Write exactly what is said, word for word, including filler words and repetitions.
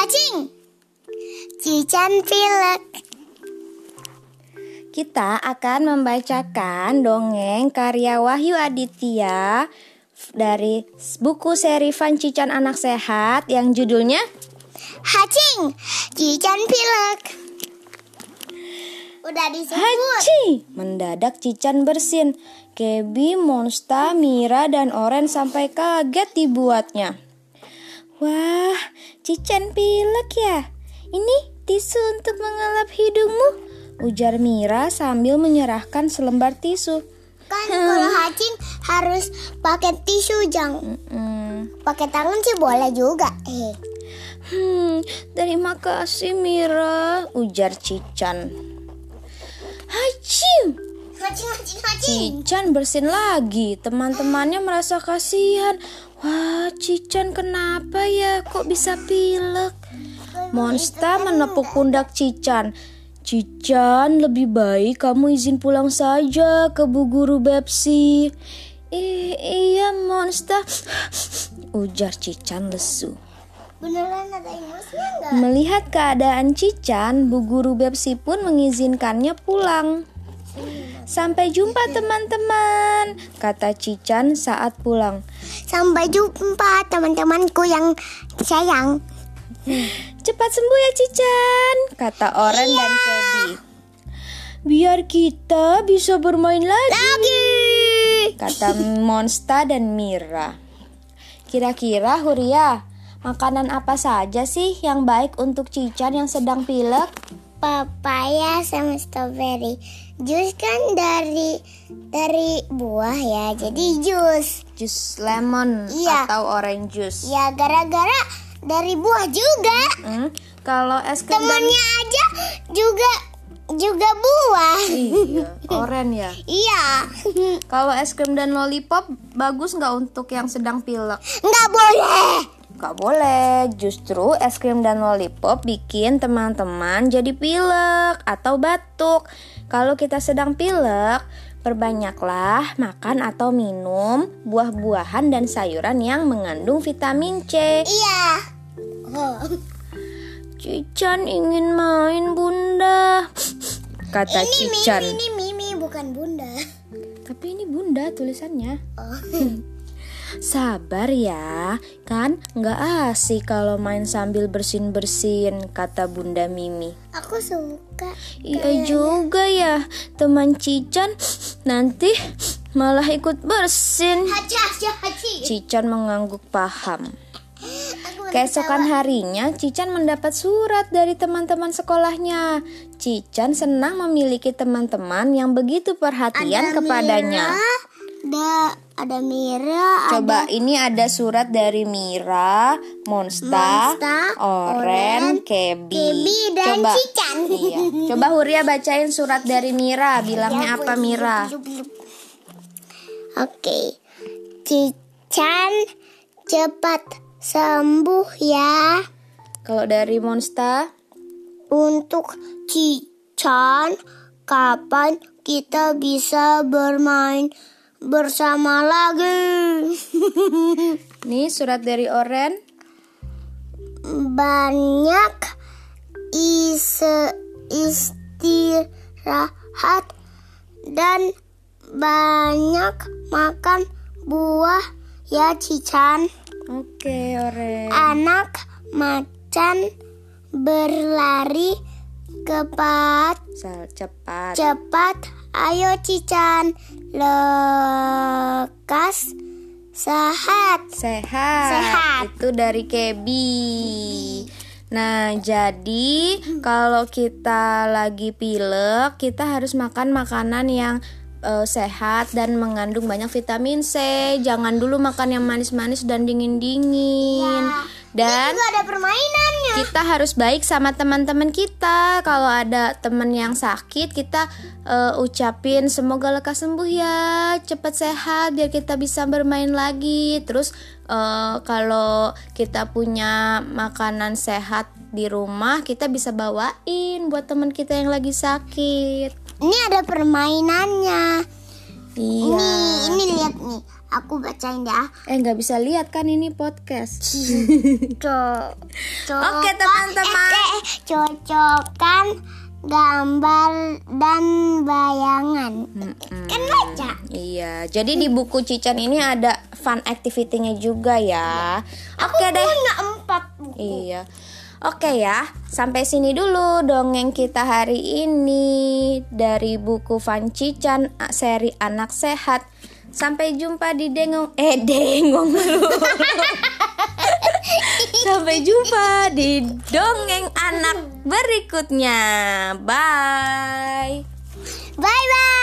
Hacing, Cican pilek. Kita akan membacakan dongeng karya Wahyu Aditya dari buku seri Fun Cican Anak Sehat yang judulnya Hacing, Cican pilek. Udah disebut. Haci! Mendadak Cican bersin. Kebi, Monsta, Mira, dan Oren sampai kaget dibuatnya. Wah, Cican pilek ya? Ini tisu untuk mengelap hidungmu, ujar Mira sambil menyerahkan selembar tisu. Kan kalau hacing harus pakai tisu, Jang. Mm-mm. Pakai tangan sih boleh juga. Eh. Hmm, terima kasih Mira, ujar Cican. Hacim! Hacing, hacing, hacing. Cican bersin lagi. Teman-temannya merasa kasihan. Wah, Cican kenapa ya? Kok bisa pilek? Monsta menepuk pundak Cican. Cican, lebih baik kamu izin pulang saja ke Bu Guru Bepsi. I- iya, Monsta, ujar Cican lesu. Beneran ada imusnya enggak? Melihat keadaan Cican, Bu Guru Bepsi pun mengizinkannya pulang. Sampai jumpa teman-teman, kata Cican saat pulang. Sampai jumpa teman-temanku yang sayang. Cepat sembuh ya Cican, kata Oren Iya. dan Kebi. Biar kita bisa bermain lagi, Lagi. kata Monsta dan Mira. Kira-kira Huria, makanan apa saja sih yang baik untuk Cican yang sedang pilek? Papaya sama strawberry. Jus kan dari dari buah ya, jadi jus. Jus lemon Iya. atau orange juice. Ya gara-gara dari buah juga. Hmm, kalau es krim dan Temannya aja juga juga buah. iya, oren ya. Iya. Kalau es krim dan lollipop bagus nggak untuk yang sedang pilek? Nggak boleh. Nggak boleh. Justru es krim dan lollipop bikin teman-teman jadi pilek atau batuk. Kalau kita sedang pilek, perbanyaklah makan atau minum buah-buahan dan sayuran yang mengandung vitamin C. Iya. Oh. Cican ingin main Bunda, kata Ini Cican. Mimi, ini Mimi bukan Bunda. Tapi ini Bunda tulisannya. Oh. Sabar ya, kan nggak asik kalau main sambil bersin-bersin, kata Bunda Mimi. Aku suka. Iya juga ya, teman Cican nanti malah ikut bersin. Haji, haji, haji. Cican mengangguk paham. Aku Keesokan harinya, Cican mendapat surat dari teman-teman sekolahnya. Cican senang memiliki teman-teman yang begitu perhatian Ada kepadanya. Mira, ada ada Mira, Coba ada ini ada surat dari Mira, Monsta, Monsta, Oren, Oren, Kebi. Kebi, dan Coba, Cican. iya. Coba Huria bacain surat dari Mira. Bilangnya Ya, apa Bu. Mira? Oke, Cican cepat sembuh ya. Kalau dari Monsta, Untuk Cican, kapan kita bisa bermain bersama lagi? nih surat dari Oren. Banyak ise istirahat dan banyak makan buah ya Cican. Oke, Oren. Anak macan berlari cepat Sal, cepat. cepat. Ayo Cican, lekas sehat. Sehat. Sehat. Itu dari Kebi. Nah, jadi kalau kita lagi pilek, kita harus makan makanan yang eh, sehat dan mengandung banyak vitamin C. Jangan dulu makan yang manis-manis dan dingin-dingin. Dan Ini juga ada permainannya. kita harus baik sama teman-teman kita. Kalau ada teman yang sakit, kita uh, ucapin semoga lekas sembuh ya, cepat sehat biar kita bisa bermain lagi. Terus uh, kalau kita punya makanan sehat di rumah, kita bisa bawain buat teman kita yang lagi sakit. Ini ada permainannya. Iya. Ini ini lihat nih, aku bacain ya. Eh nggak bisa lihat kan ini podcast. Co- Oke, teman-teman. eh, eh, cocokkan gambar dan bayangan. Mm-mm. Kan baca. Iya, jadi di buku Cican ini ada fun activity-nya juga ya. Oke deh. Punya empat buku. Iya. Oke ya, sampai sini dulu dongeng kita hari ini dari buku Fun Cican seri Anak Sehat. Sampai jumpa di dengong eh dengong dulu. Sampai jumpa di dongeng anak berikutnya. Bye. Bye bye.